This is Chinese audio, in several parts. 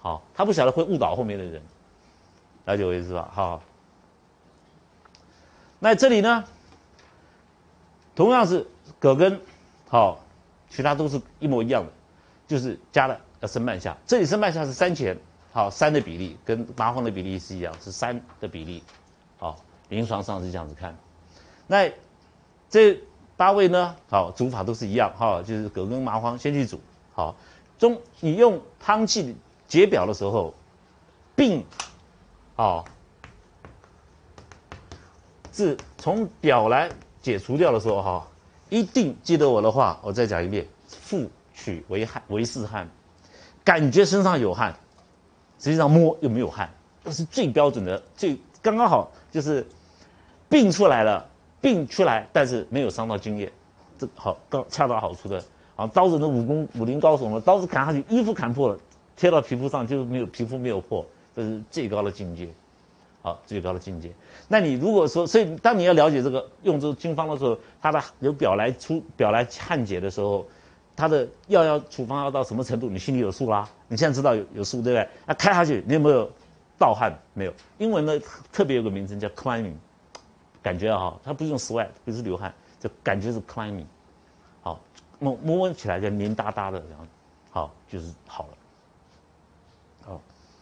好，他不晓得会误导后面的人，了解我意思吧？好，那这里呢，同样是葛根，好，其他都是一模一样的，就是加了要升半下，这里升半下是3钱，好，3的比例跟麻黄的比例是一样，是3的比例，好，临床上是这样子看。那这8味呢，好，煮法都是一样，哈，就是葛根麻黄先去煮，好，你用汤剂解表的时候，并，好，是从表来解除掉的时候，哈，一定记得我的话，我再讲一遍，腹取为是汗，感觉身上有汗，实际上摸又没有汗，这是最标准的，刚刚好就是病出来了，病出来，但是没有伤到津液，这好恰到好处的。啊，刀子的武林高手呢，刀子砍下去，衣服砍破了，贴到皮肤上就没有皮肤没有破，这是最高的境界。好，最高的境界。那你如果说，所以当你要了解这个用这个经方的时候，它的有表来汗解的时候，它的药要处方要到什么程度，你心里有数啦。你现在知道有数，对不对？那开下去，你有没有盗汗？没有。英文呢特别有个名称叫 climbing， 感觉哈，它不是用 sweat， 不是流汗，就感觉是 climbing。好，摸起来就黏哒哒的这样，好，就是好了。好。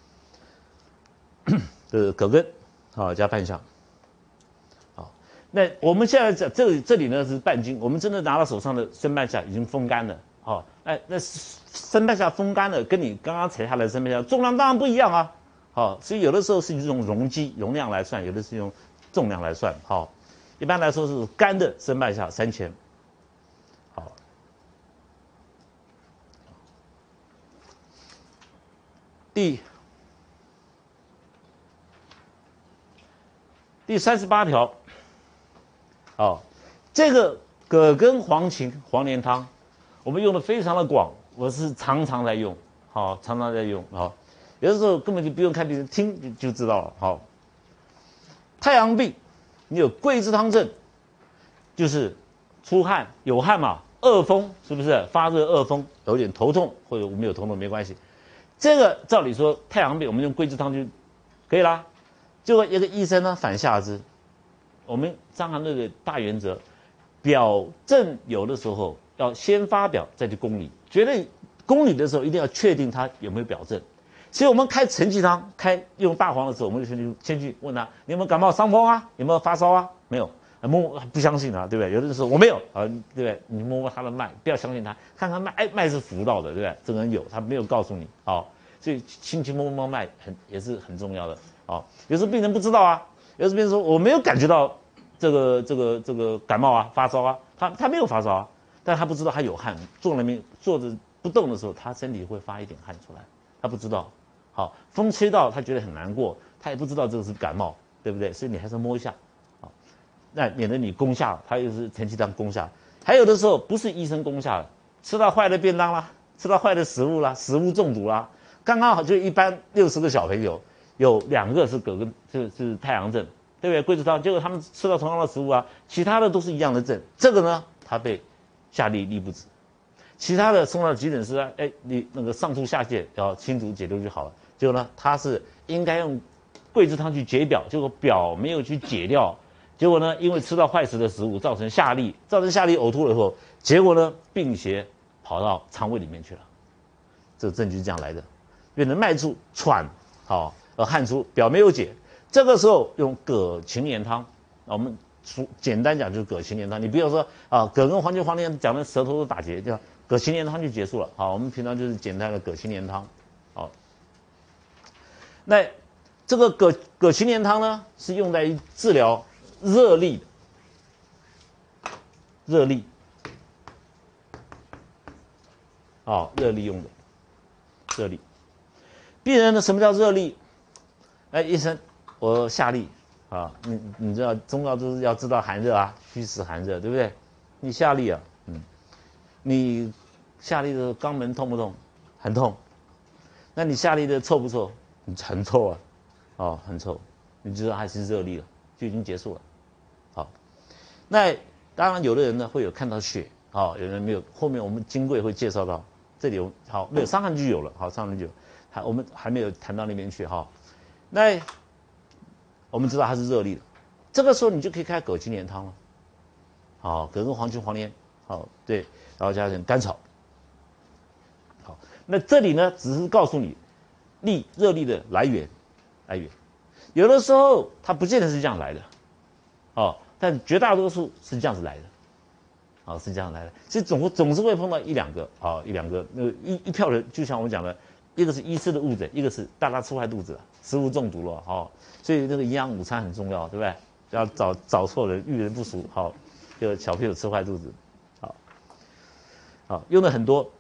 这是葛根，好，加半夏，好，那我们现在讲这里呢是半斤，我们真的拿到手上的生半夏已经风干了，好，那生半夏风干了，跟你刚刚采下来的生半夏重量当然不一样啊，好，所以有的时候是用容量来算，有的是用重量来算，好，一般来说是干的生半夏3钱，好，第38条，好，这个葛根黄芩黄连汤，我们用的非常的广，我是常常在用，好，常常在用，好，有的时候根本就不用看病人听就知道了，好。太阳病，你有桂枝汤症，就是出汗有汗嘛，恶风是不是发热恶风，有点头痛或者没有头痛没关系，这个照理说太阳病我们用桂枝汤就可以啦。结果一个医生呢反下之，我们张行那个大原则，表证有的时候要先发表再去公理，觉得公理的时候一定要确定他有没有表证。所以我们开承气汤，用大黄的时候，我们就先去问他，你有没有感冒伤风啊？有没有发烧啊？没有，不相信啊，对不对？有的人说我没有啊，对不对？你摸摸他的脉，不要相信他，看看脉，脉是浮到的，对不对？这个人有，他没有告诉你，好，所以轻轻摸脉也是很重要的。好，有时候病人不知道啊，有时候病人说我没有感觉到这个感冒啊、发烧啊，他没有发烧啊，但他不知道他有汗，坐着不动的时候，他身体会发一点汗出来，他不知道。好，风吹到他觉得很难过，他也不知道这个是感冒，对不对？所以你还是摸一下，好，那免得你攻下，他又是承气汤攻下。还有的时候不是医生攻下了，吃到坏的便当啦，吃到坏的食物啦，食物中毒啦，刚刚好就一般60个小朋友。有2个是葛根，是太阳症，对不对？桂枝汤，结果他们吃到同样的食物啊，其他的都是一样的症。这个呢，他被下利不止，其他的送到急诊室啊，你那个上吐下泻，然后清除解毒就好了。结果呢，他是应该用桂枝汤去解表，结果表没有去解掉，结果呢，因为吃到坏食的食物造成下利呕吐了以后，结果呢，病邪跑到肠胃里面去了，这个证据是这样来的，变成脉出喘，好。汗出表没有解，这个时候用葛芩连汤，我们简单讲就是葛芩连汤。你不要说啊，葛跟黄连讲的舌头都打结，叫葛芩连汤就结束了。好，我们平常就是简单的葛芩连汤。好，那这个葛芩连汤呢，是用在治疗热痢的，热痢，热痢用的，热痢。病人呢，什么叫热痢？医生，我下痢啊，你知道中药都是要知道寒热啊，虚实寒热，对不对？你下痢啊，你下痢的肛门痛不痛？很痛。那你下痢的臭不臭？很臭啊，很臭。你知道还是热痢了，就已经结束了。好，那当然有的人呢会有看到血，有人没有。后面我们金匮会介绍到，这里有好没有伤寒就有了，好伤寒就有。 我们还没有谈到那边去哈。那我们知道它是热力的，这个时候你就可以开葛青莲汤了。好，葛根黄芩黄连，好对，然后加点甘草。好，那这里呢只是告诉你热力的来源，有的时候它不见得是这样来的，哦，但绝大多数是这样子来的。好，是这样来的，所以总是会碰到一两个，一两个，一票人，就像我们讲的，一个是医师的误诊，一个是大家吃坏肚子了，食物中毒了，所以那个营养午餐很重要，对不对？要找错人，遇人不淑，就小朋友吃坏肚子，好，用的很多。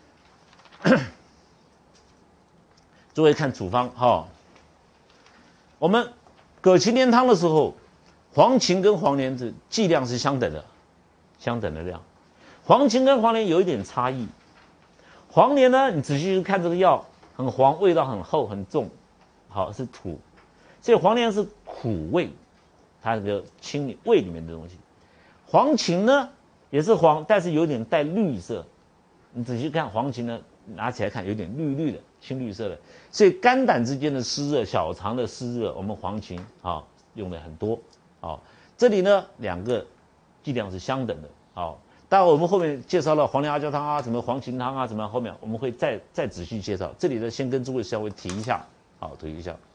诸位看处方，我们葛芩连汤的时候，黄芩跟黄连的剂量是相等的量，黄芩跟黄连有一点差异。黄连呢，你仔细去看这个药，很黄，味道很厚很重，好是土，所以黄连是苦味，它这个清胃里面的东西。黄芩呢也是黄，但是有点带绿色，你仔细看黄芩呢，拿起来看有点绿绿的，青绿色的，所以肝胆之间的湿热、小肠的湿热，我们黄芩用的很多，这里呢两个剂量是相等的。好，当然我们后面介绍了黄连阿胶汤啊，什么黄芩汤啊，什么后面我们会再仔细介绍。这里呢，先跟诸位稍微提一下，提一下。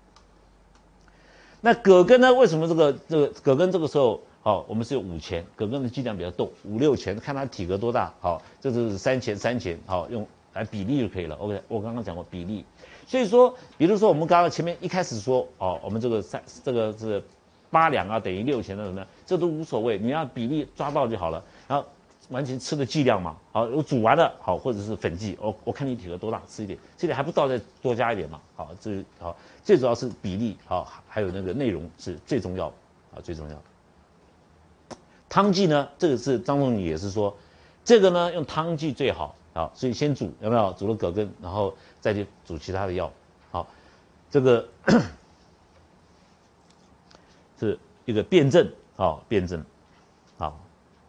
那葛根呢？为什么这个葛根这个时候，我们是有5钱，葛根的剂量比较重，5、6钱，看它体格多大，这是3钱，用来比例就可以了。OK， 我刚刚讲过比例，所以说，比如说我们刚刚前面一开始说，我们这个是8两啊，等于6钱的什么，这都无所谓，你要比例抓到就好了。然后完全吃的剂量嘛，好，我煮完了，好，或者是粉剂，我看你体格多大，吃一点，这里还不到再多加一点嘛，好，这好，最主要是比例，好，还有那个内容是最重要，最重要。汤剂呢，这个是张仲景也是说，这个呢用汤剂最好，好，所以先煮有没有？煮了葛根，然后再去煮其他的药，好，这个。是一个辩证，辩证，好，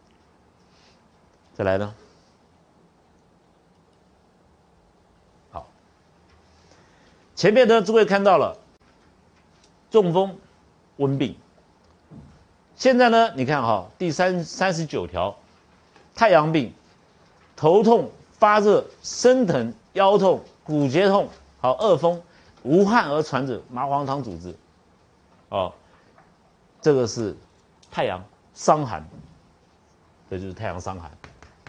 再来呢，好，前面呢，诸位看到了中风、温病，现在呢，你看第39条，太阳病，头痛、发热、身疼、腰痛、骨节痛，恶风，无汗而传者，麻黄汤主之，这个是太阳伤寒，这就是太阳伤寒。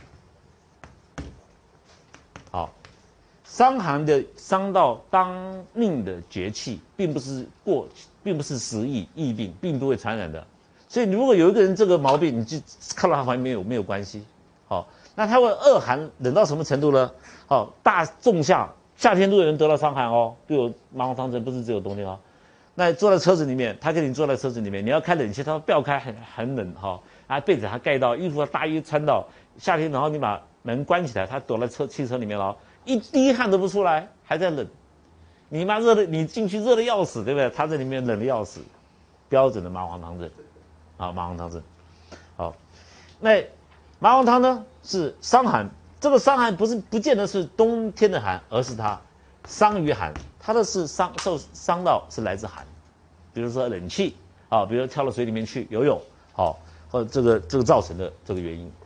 好，伤寒的伤到当命的节气，并不是时疫病，并不会传染的。所以如果有一个人这个毛病，你就看到他旁边没有关系。那他会恶寒冷到什么程度呢？大仲夏天都有人得到伤寒都有麻黄汤症，不是只有冬天那坐在车子里面，他跟你坐在车子里面，你要开冷气，他说不要开，很冷被子还盖到，衣服大衣穿到，夏天然后你把门关起来，他躲在汽车里面一滴汗都不出来，还在冷，你妈热的，你进去热的要死，对不对？他在里面冷的要死，标准的麻黄汤症，麻黄汤症，好，那麻黄汤呢是伤寒，这个伤寒不见得是冬天的寒，而是它伤于寒。它的是受伤到是来自寒，比如说冷气比如跳到水里面去游泳或者这个造成的这个原因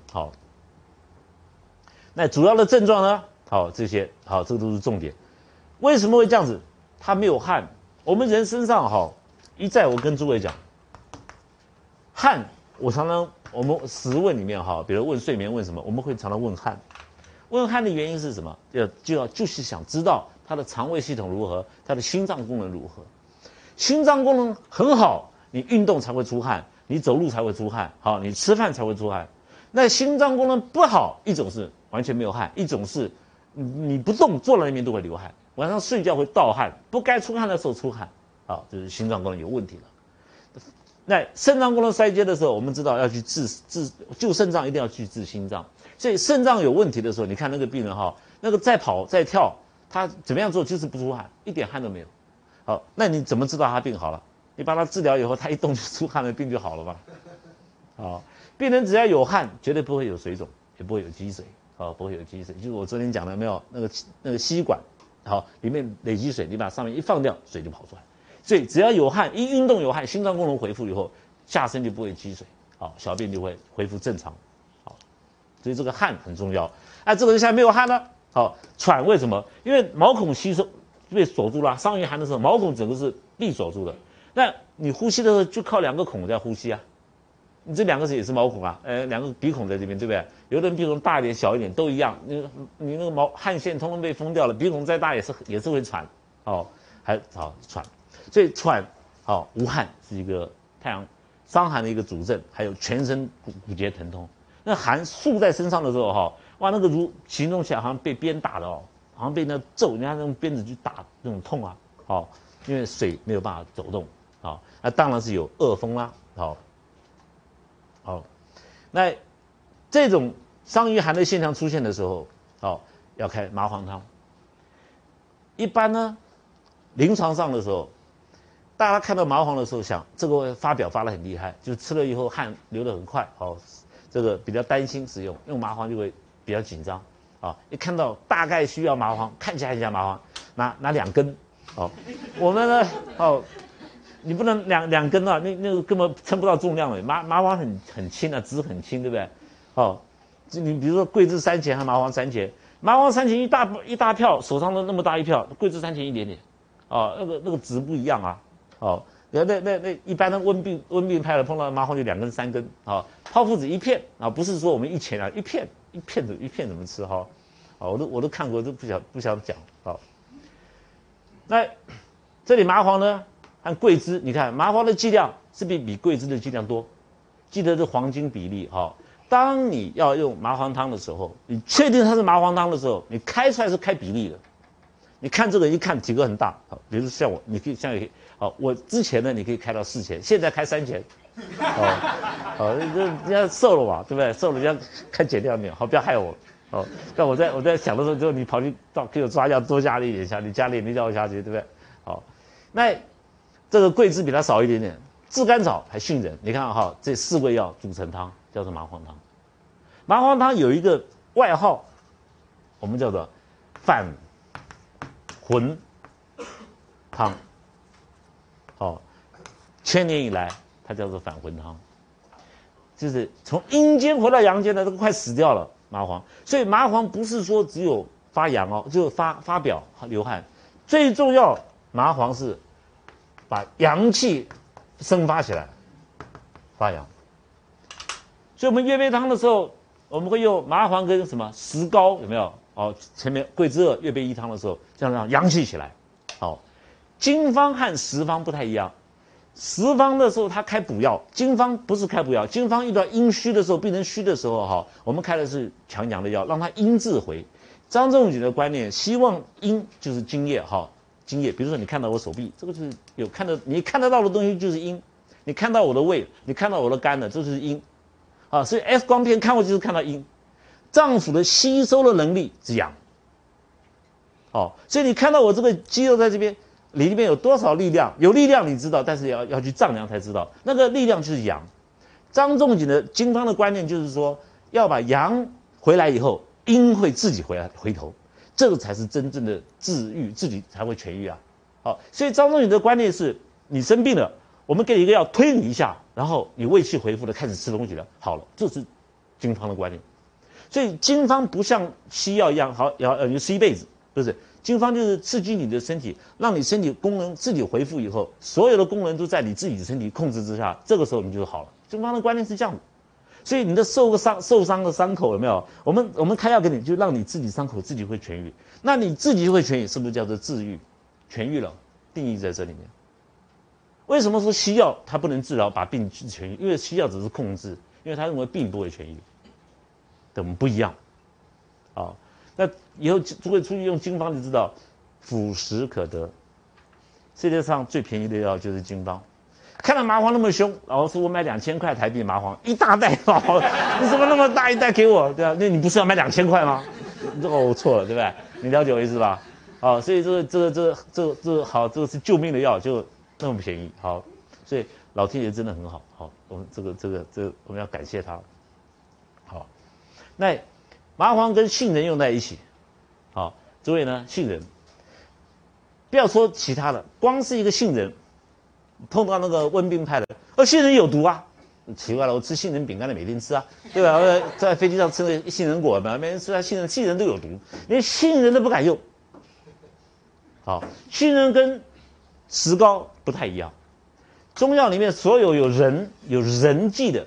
那主要的症状呢这些这个都是重点。为什么会这样子？它没有汗。我们人身上一再我跟诸位讲，汗我们10问里面比如问睡眠问什么，我们会常常问汗。问汗的原因是什么？就是想知道他的肠胃系统如何，他的心脏功能如何。心脏功能很好，你运动才会出汗，你走路才会出汗，你吃饭才会出汗。那心脏功能不好，一种是完全没有汗，一种是你不动坐在那边都会流汗，晚上睡觉会盗汗，不该出汗的时候出汗，就是心脏功能有问题了。那肾脏功能衰竭的时候，我们知道要去救肾脏，一定要去治心脏。所以肾脏有问题的时候，你看那个病人那个再跑再跳，他怎么样做就是不出汗，一点汗都没有。好，那你怎么知道他病好了？你把他治疗以后，他一动就出汗了，病就好了吧？好，病人只要有汗，绝对不会有水肿，也不会有积水，不会有积水。就是我昨天讲的没有那个吸管， 好，里面累积水，你把上面一放掉，水就跑出来。所以只要有汗，一运动有汗，心脏功能恢复以后，下身就不会积水，好，小便就会恢复正常，好，所以这个汗很重要。哎，这个人现在没有汗了，好，喘为什么？因为毛孔吸收被锁住了，伤于寒的时候，毛孔整个是闭锁住的。那你呼吸的时候就靠2个孔在呼吸啊，你这2个也是毛孔啊，2个鼻孔在这边，对不对？有的人鼻孔大一点、小一点都一样，你那个汗腺通通被封掉了，鼻孔再大也是会喘，哦，还好喘。所以喘，好，无汗是一个太阳伤寒的一个主症，还有全身骨节疼痛。那寒束在身上的时候，哈，哇，那个如形容起来好像被鞭打的哦，好像被那揍，人家用鞭子去打那种痛啊，好，因为水没有办法走动，好，那当然是有恶风啦，好，好，那这种伤于寒的现象出现的时候，好，要开麻黄汤。一般呢，临床上的时候。大家看到麻黄的时候，想这个发得很厉害，就吃了以后汗流得很快，好，这个比较担心使用，用麻黄就会比较紧张，啊，一看到大概需要麻黄，看起来很像麻黄，拿2根，哦，我们呢，哦，你不能两根啊，那个根本称不到重量了，麻黄很轻啊，汁很轻，对不对？哦，你比如说桂枝3钱和麻黄3钱，麻黄3钱一大票，手上的那么大一票，桂枝3钱一点点，哦，那个值不一样啊。哦，那一般的温病派的碰到麻黄就2根3根啊，泡附子1片啊，不是说我们1钱啊，一片怎么吃哈？啊，我都看过，都不想讲啊。那这里麻黄呢和桂枝，你看麻黄的剂量是比桂枝的剂量多，记得是黄金比例哈。当你要用麻黄汤的时候，你确定它是麻黄汤的时候，你开出来是开比例的。你看这个一看体格很大，好，比如像我，你可以像好，我之前呢你可以开到4钱，现在开3钱，好，人家瘦了嘛，对不对？瘦了人家看减量没有？好，不要害我，哦，但我在想的时候，就你跑去给我抓药多加了一点下，你加了你叫我下去，对不对？好，那这个桂枝比它少一点点，炙甘草还杏仁，你看哈，这4味药煮成汤叫做麻黄汤。麻黄汤有一个外号，我们叫做反魂汤，好，千年以来它叫做返魂汤，就是从阴间回到阳间的，这个快死掉了麻黄。所以麻黄不是说只有发阳哦，就发表流汗，最重要麻黄是把阳气生发起来，发阳。所以我们月bé汤的时候，我们会用麻黄跟什么石膏，有没有？哦，前面桂枝2月bé1汤的时候，这样让阳气起来。好，经方和实方不太一样。实方的时候，它开补药；经方不是开补药。经方遇到阴虚的时候，病人虚的时候，哈，我们开的是强阳的药，让它阴自回。张仲景的观念，希望阴就是津液，哈，津液。比如说你看到我手臂，这个就是你看得到的东西就是阴；你看到我的胃，你看到我的肝的，这就是阴。啊，所以 X 光片看过去就是看到阴。脏腑的吸收的能力是阳，哦，所以你看到我这个肌肉在这边里面有多少力量？有力量你知道，但是要去丈量才知道，那个力量就是阳。张仲景的经方的观念就是说，要把阳回来以后，阴会自己回头，这个才是真正的治愈，自己才会痊愈啊。好，所以张仲景的观念是，你生病了，我们给你一个药推你一下，然后你胃气恢复了，开始吃东西了，好了，这是经方的观念。所以经方不像西药一样，好要你吃一辈子，不是？经方就是刺激你的身体，让你身体功能自己恢复以后，所有的功能都在你自己的身体控制之下，这个时候你就好了。经方的观念是这样的，所以你的受伤的伤口有没有？我们开药给你，就让你自己伤口自己会痊愈，那你自己会痊愈，是不是叫做治愈？痊愈了，定义在这里面。为什么说西药它不能治疗把病治痊愈？因为西药只是控制，因为他认为病不会痊愈。跟我们不一样，啊，那以后诸位出去用经方就知道，腐蚀可得。世界上最便宜的药就是经方。看到麻黄那么凶，然后说我买2000块台币麻黄一大袋，你怎么那么大一袋给我？对啊，那你不是要买2000块吗？这个我错了，对不对？你了解我意思吧？啊，所以这好，这个是救命的药，就那么便宜，好，所以老天爷真的很好，好，我们这个我们要感谢他，好。那麻黄跟杏仁用在一起，好，诸位呢，杏仁不要说其他的，光是一个杏仁，碰到那个温病派的，杏仁有毒啊。奇怪了，我吃杏仁饼干的每天吃啊，对吧？我在飞机上吃那杏仁果嘛，每天吃啊，杏仁都有毒，连杏仁都不敢用。好，杏仁跟石膏不太一样，中药里面所有有人剂的，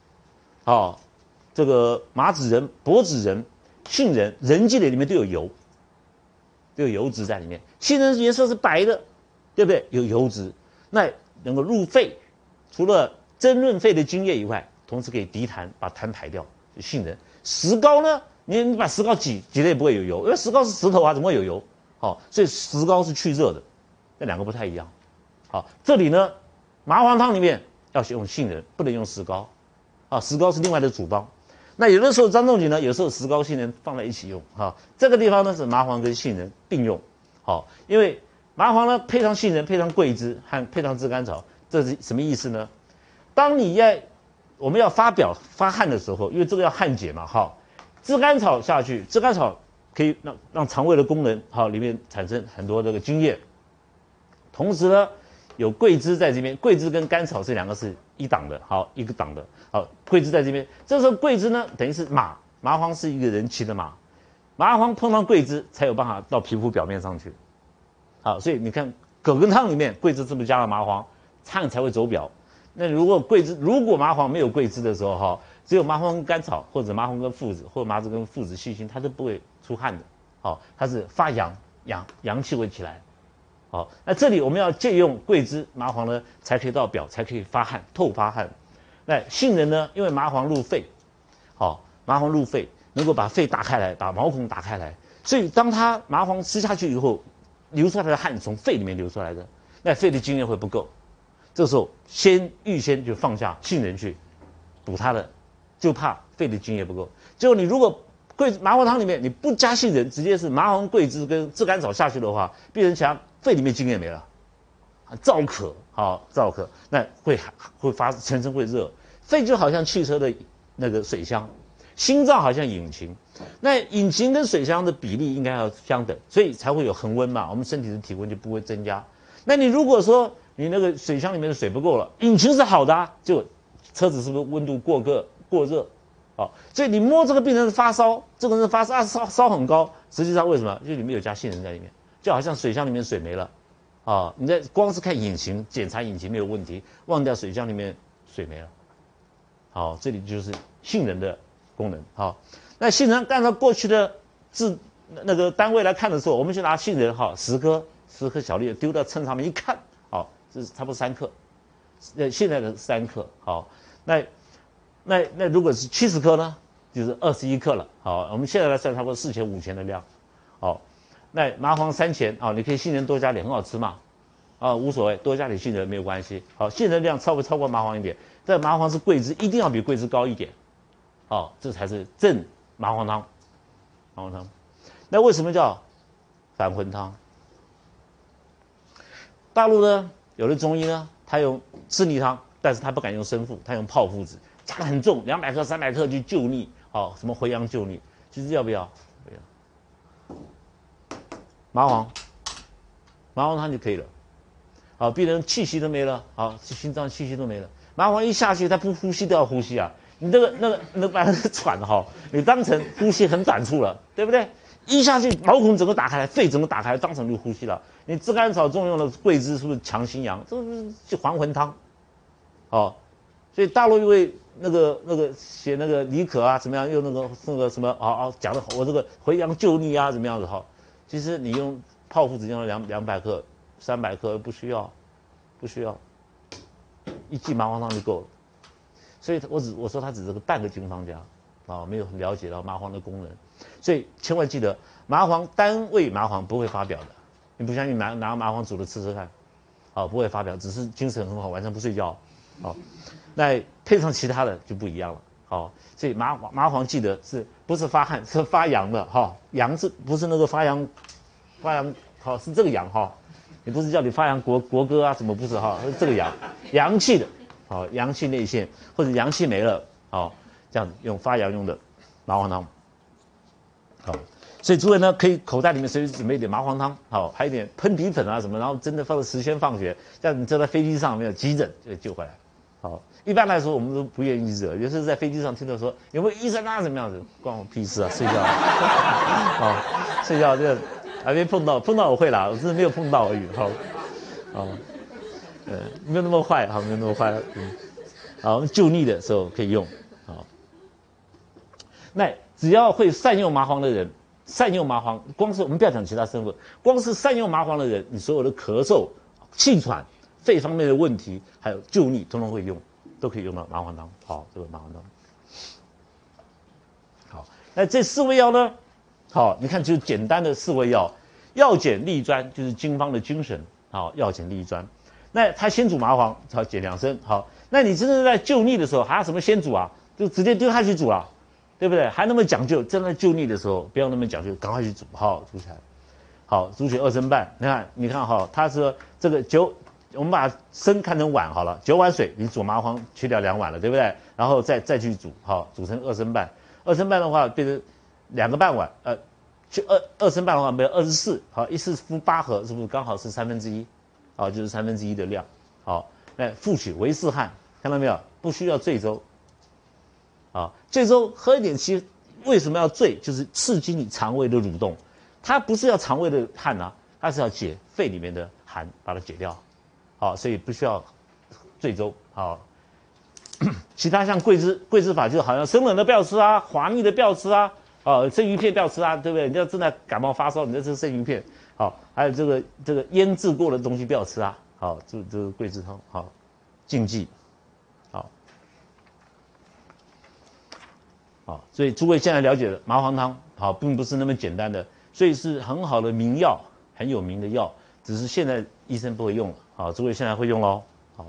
这个麻子仁、柏子仁、杏仁，人剂的里面都有油，都有油脂在里面。杏仁颜色是白的，对不对？有油脂，那能够入肺，除了增润肺的津液以外，同时可以涤痰，把痰排掉。就杏仁，石膏呢？你把石膏挤了也不会有油，因为石膏是石头啊，怎么会有油？所以石膏是去热的，这两个不太一样。好，这里呢，麻黄汤里面要用杏仁，不能用石膏。石膏是另外的主方。那有的时候张仲景呢，有时候石膏、杏仁放在一起用。这个地方呢是麻黄跟杏仁并用。因为麻黄呢配上杏仁，配上桂枝和配上炙甘草，这是什么意思呢？当我们要发汗的时候，因为这个要汗解嘛，炙甘草下去，炙甘草可以让肠胃的功能里面产生很多这个津液，同时呢有桂枝在这边，桂枝跟甘草这两个是一档的，一个档的，桂枝在这边，这时候桂枝呢等于是麻黄是一个人骑的马，麻黄碰上桂枝才有办法到皮肤表面上去，所以你看葛根汤里面桂枝是不是加了麻黄，汗才会走表。那如果麻黄没有桂枝的时候，只有麻黄跟甘草，或者麻黄跟附子，或者麻子跟附子细辛，它都不会出汗的。它是发阳气会起来。那这里我们要借用桂枝、麻黄呢，才可以到表，才可以发汗，透发汗。那杏仁呢，因为麻黄入肺，麻黄入肺能够把肺打开来，把毛孔打开来，所以当它麻黄吃下去以后，流出来的汗从肺里面流出来的，那肺的津液会不够。这时候预先就放下杏仁去补它的，就怕肺的津液不够。结果你如果麻黄汤里面你不加杏仁，直接是麻黄、桂枝跟炙甘草下去的话，病人强肺里面津液没了，燥渴，燥渴，那会全身会热。肺就好像汽车的那个水箱，心脏好像引擎，那引擎跟水箱的比例应该要相等，所以才会有恒温嘛，我们身体的体温就不会增加。那你如果说你那个水箱里面的水不够了，引擎是好的啊，就车子是不是温度过热？所以你摸这个病人是发烧，这个人发烧烧很高，实际上为什么？就里面有加杏仁在里面，就好像水箱里面水没了，你在光是看引擎检查引擎没有问题，忘掉水箱里面水没了，这里就是杏仁的功能。那杏仁按照过去的那个单位来看的时候，我们就拿杏仁10颗小粒丢到秤上面一看，这是差不多3克，现在的3克，那如果是70克呢，就是21克了，我们现在来算差不多4钱5钱的量，那麻黄3钱，你可以杏仁多加点，很好吃嘛，无所谓，多加点杏仁没有关系，杏仁量稍微超过麻黄一点，但麻黄是桂枝，一定要比桂枝高一点，这才是正麻黄汤，那为什么叫返魂汤？大陆呢，有的中医呢，他用赤逆汤，但是他不敢用生附，他用炮附子，加得很重，200克、300克去救逆，什么回阳救逆，其实要不要？不要。麻黄汤就可以了，病人气息都没了，心脏气息都没了，麻黄一下去，他不呼吸都要呼吸啊，你把他喘你当成呼吸很短促了，对不对？一下去毛孔整个打开来，肺整个打开来，当场就呼吸了。你炙甘草中用的桂枝是不是强心阳？这是还魂汤，所以大陆一位那个写那个李可啊，怎么样用那个什么讲的我这个回阳救逆啊，怎么样子其实你用炮附子用了200克、300克不需要，一剂麻黄汤就够了。所以我说他只是个半个经方家，没有很了解到麻黄的功能。所以千万记得，麻黄单味麻黄不会发表的。你不相信拿麻黄煮了吃看，不会发表，只是精神很好，晚上不睡觉，那配上其他的就不一样了，所以麻黄记得是不是发汗，是发阳的阳是不是那个发阳，是这个阳也不是叫你发扬国歌啊，什么不是是这个阳气的，阳气内陷或者阳气没了，这样子用发阳用的麻黄汤， 所以诸位呢，可以口袋里面随时准备一点麻黄汤，好，还有一点喷鼻粉啊什么，然后真的放到10天放学，这样你坐在飞机上没有急诊就救回来。好，一般来说我们都不愿意惹，有时候在飞机上听到说有没有医生啊怎么样子，关我屁事啊，睡觉，好，睡觉这个还没碰到我会啦，我只是没有碰到而已，好，好，没有那么坏，好，没有那么坏，好，我们救逆的时候可以用，好，那只要会善用麻黄的人。善用麻黄，光是我们不要讲其他成分，光是善用麻黄的人，你所有的咳嗽、气喘、肺方面的问题，还有救逆，通通会用，都可以用到麻黄汤。好，这个麻黄汤。好，那这4味药呢？好，你看就简单的4味药，药碱利专就是经方的精神。好，药碱利专。那他先煮麻黄，好减2升。好，那你真的在救逆的时候，还要什么先煮啊？就直接丢下去煮了。对不对？还那么讲究，真的救逆的时候不要那么讲究，赶快去煮，好煮起来。好，煮血2升半。你看哈，他说这个我们把升看成碗好了，9碗水，你煮麻黄去掉2碗了，对不对？然后再去煮，好，煮成2升半。2升半的话变成2个半碗，就2升半的话变成24，好，一次敷8盒，是不是刚好是1/3？好，就是1/3的量。好，那复取为4汗，看到没有？不需要醉粥。啊，这时候喝一点气，为什么要醉？就是刺激你肠胃的蠕动，它不是要肠胃的汗啊，它是要解肺里面的寒，把它解掉。好，所以不需要醉粥。好，其他像桂枝法，就好像生冷的不要吃啊，滑腻的不要吃啊，生鱼片不要吃啊，对不对？你要正在感冒发烧，你在吃生鱼片。好，还有这个腌制过的东西不要吃啊。好，这是桂枝汤。好，禁忌。好，所以诸位现在了解了麻黄汤，好，并不是那么简单的，所以是很好的名药，很有名的药，只是现在医生不会用了。好，诸位现在会用咯。好，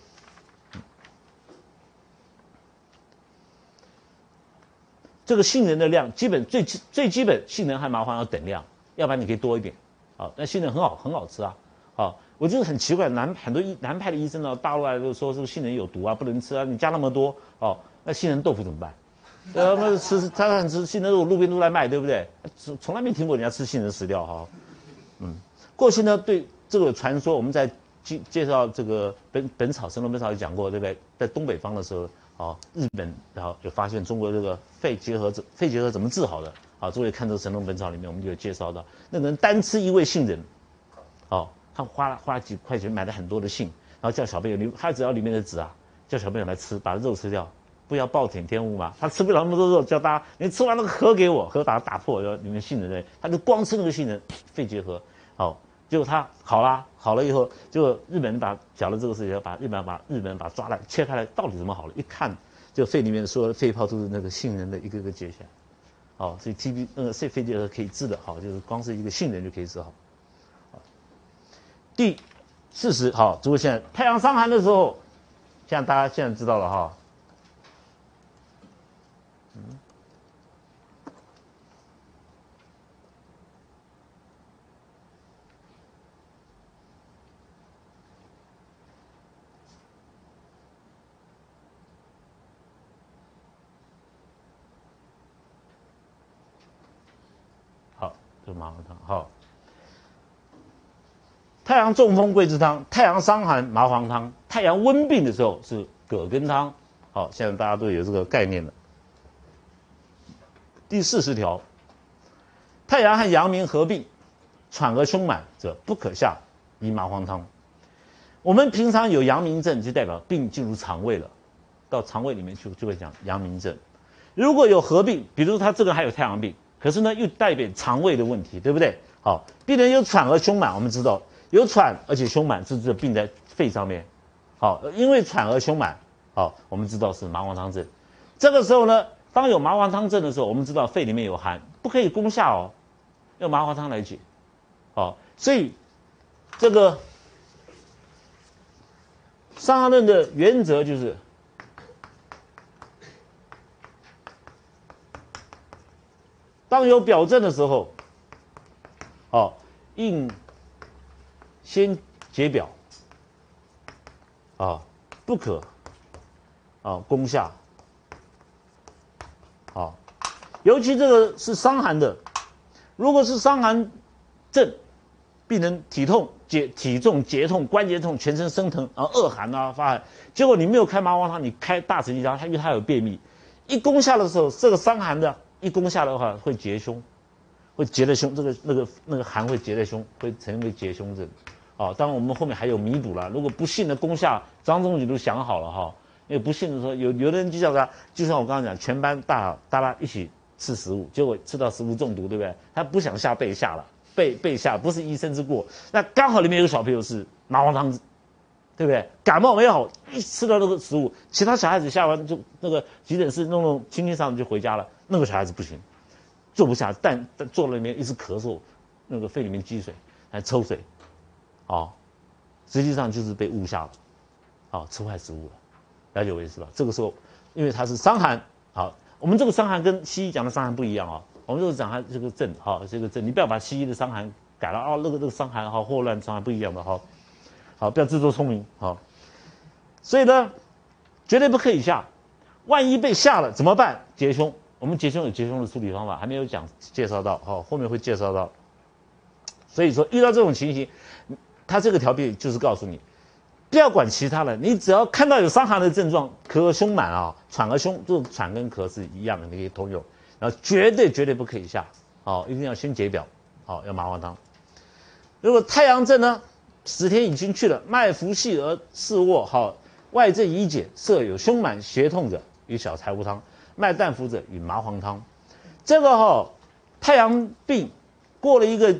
这个杏仁的量，最基本，杏仁和麻黄要等量，要不然你可以多一点。好，那杏仁很好吃啊。好，我就是很奇怪，很多南派的医生呢，大陆来都说这个杏仁有毒啊，不能吃啊，你加那么多，哦，那杏仁豆腐怎么办？他们吃杏仁肉，路边都在卖，对不对？从来没听过人家吃杏仁食疗哈。过去呢，对这个传说，我们在介绍这个本草神农本草也讲过，对不对？在东北方的时候，日本然后就发现中国这个肺结核怎么治好的？好，诸位看这个神农本草里面，我们就有介绍到，那个人单吃1味杏仁，他花了几块钱买了很多的杏，然后叫小朋友，他只要里面的籽啊，叫小朋友来吃，把肉吃掉。不要暴殄天物嘛，他吃不了那么多肉，叫大家你吃完那个核给我，核把它打破，里面杏仁他就光吃那个杏仁，肺结核，好，结果他好了以后，结果日本人讲了这个事情，日本人把它抓来切开来，到底怎么好了？一看，就肺里面所有的肺泡都是那个杏仁的一个个结下来，好，所以 TB 那个肺结核可以治的好，就是光是一个杏仁就可以治好。第40，好，诸位现在太阳伤寒的时候，像大家现在知道了哈。好，这麻黄汤好。太阳中风桂枝汤，太阳伤寒麻黄汤，太阳温病的时候是葛根汤。好，现在大家都有这个概念了。第40条，太阳和阳明合并，喘而胸满者不可下，宜麻黄汤。我们平常有阳明症，就代表病进入肠胃了，到肠胃里面就会讲阳明症。如果有合并，比如他这个还有太阳病，可是呢又代表肠胃的问题，对不对？好，病人有喘而胸满，我们知道有喘而且胸满，是病在肺上面。好，因为喘而胸满，好，我们知道是麻黄汤症。这个时候呢，当有麻黄汤症的时候，我们知道肺里面有寒，不可以攻下哦，用麻黄汤来解。好，所以这个伤寒论的原则就是，当有表症的时候，应先解表，不可攻下。尤其这个是伤寒的， 如果是伤寒症，病人体重、结痛、关节痛、全身生疼，然后恶寒啊发寒，结果你没有开麻黄汤，你开大承气汤，因为它有便秘，一攻下的时候，这个伤寒的一攻下的话会结胸，会结在胸，那个寒会结在胸，会成为结胸症。哦，当然我们后面还有弥补了。如果不幸的攻下，张仲景都想好了哈，因为不幸的说有的人就叫他，就像我刚刚讲，全班大家一起吃食物，结果吃到食物中毒，对不对？他不想下被下了。被下不是医生之过，那刚好里面有个小朋友是麻黄汤，对不对？感冒没好，一吃到那个食物，其他小孩子下完就那个急诊室弄清上就回家了，那个小孩子不行，坐不下，但坐了里面一直咳嗽，那个肺里面积水，还抽水，实际上就是被误下了，吃坏食物了，了解我意思吧？这个时候，因为它是伤寒，我们这个伤寒跟西医讲的伤寒不一样我们就是讲它这个症，这个症，你不要把西医的伤寒改了那个伤寒霍乱伤寒不一样的不要自作聪明所以呢，绝对不可以下，万一被下了怎么办？结胸，我们结胸有结胸的处理方法，还没有介绍到后面会介绍到。所以说遇到这种情形，他这个条件就是告诉你，不要管其他的，你只要看到有伤寒的症状，咳胸满喘和胸，这种喘跟咳是一样的，你可以通用。然后绝对不可以下，一定要先解表，要麻黄汤。如果太阳症呢，10天已经去了，脉浮细而视卧，外症已解，设有胸满胁痛者，与小柴胡汤；脉淡浮者，与麻黄汤。这个太阳病过了一个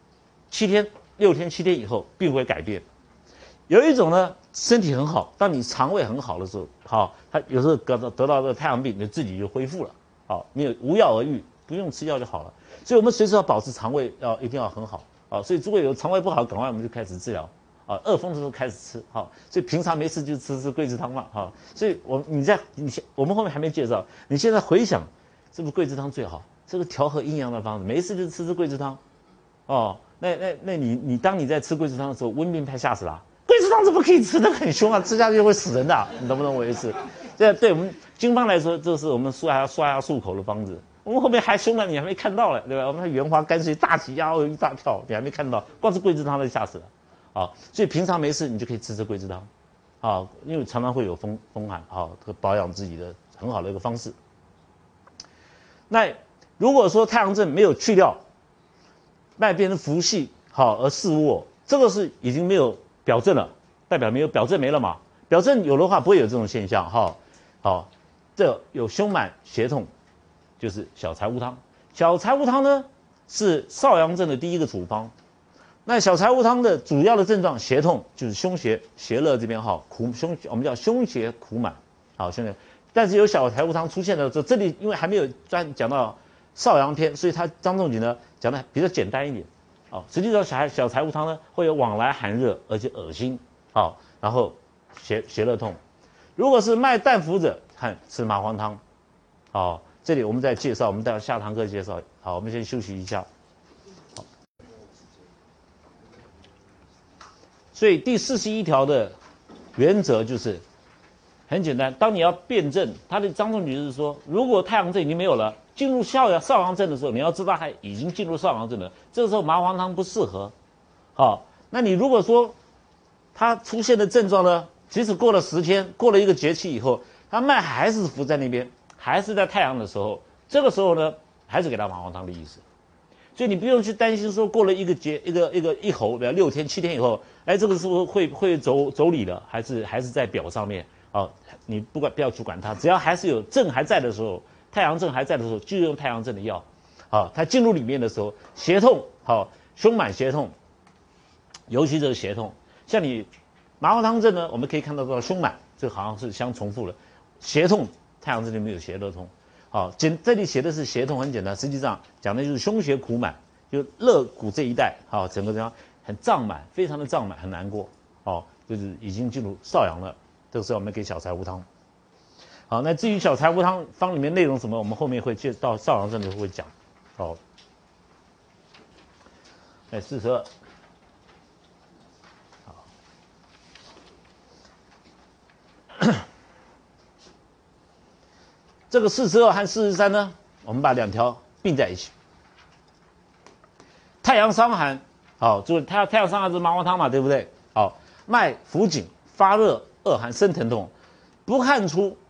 6天7天以后，病会改变。有一种呢，身体很好，当你肠胃很好的时候，他有时候得到这个太阳病，你自己就恢复了。没有无药而愈，不用吃药就好了。所以我们随时要保持肠胃一定要很好所以如果有肠胃不好，赶快我们就开始治疗恶风的时候开始吃所以平常没事就吃桂枝汤嘛所以我们后面还没介绍，你现在回想，是不是桂枝汤最好？这个调和阴阳的方子，没事就吃桂枝汤那你当你在吃桂枝汤的时候，温病快吓死了桂枝汤怎么可以吃？那很凶吃下去会死人的你懂不懂我意思？这对我们经方来说，这是我们刷牙漱口的方子。我们后面还凶了，你还没看到了，对吧？我们原花甘水大起一大跳，你还没看到，光是桂枝汤就吓死了所以平常没事你就可以吃桂枝汤因为常常会有风寒保养自己的很好的一个方式。那如果说太阳症没有去掉，脉变成浮细而视卧，这个是已经没有表症了，代表没有表症没了嘛？表症有的话不会有这种现象这有胸满胁痛，就是小柴胡汤。小柴胡汤呢是少阳症的第一个处方。那小柴胡汤的主要的症状胁痛就是胸胁肋这边我们叫胸胁苦满胸胁。但是有小柴胡汤出现的时候，这里因为还没有专讲到少阳篇，所以他张仲景呢讲的比较简单一点实际上小柴胡汤呢会有往来寒热，而且恶心然后胁肋痛。如果是脉淡浮者，看吃麻黄汤这里我们再介绍，我们待会下堂课介绍我们先休息一下所以第41条的原则就是很简单，当你要辩证，他的张仲景是说，如果太阳症已经没有了，进入少阳症的时候，你要知道他已经进入少阳症了，这个时候麻黄汤不适合那你如果说他出现的症状呢，即使过了10天，过了一个节气以后，他脉还是浮在那边，还是在太阳的时候，这个时候呢，还是给他麻黄汤的意思。所以你不用去担心说过了一个一候，6天7天以后，这个时候会走理了，还是在表上面你不要去管它，只要还是有症还在的时候，太阳症还在的时候，就用太阳症的药它进入里面的时候，胁痛胸满胁痛，尤其这个胁痛，像你麻黄汤症呢，我们可以看到胸满，这好像是相重复的。胁痛，太阳症里面有胁肋痛。这里写的是胁痛，很简单，实际上讲的就是胸胁苦满，就肋骨这一带整个地方很胀满，非常的胀满，很难过就是已经进入少阳了。这个时候我们给小柴胡汤。那至于小柴胡汤方里面内容什么，我们后面会到少阳症的时候会讲。42。这个42和43呢，我们把2条并在一起。 太阳伤寒，好，就是太阳伤寒是麻黄汤嘛，对不对？好，脉浮紧、发热、恶寒、生疼痛，不看出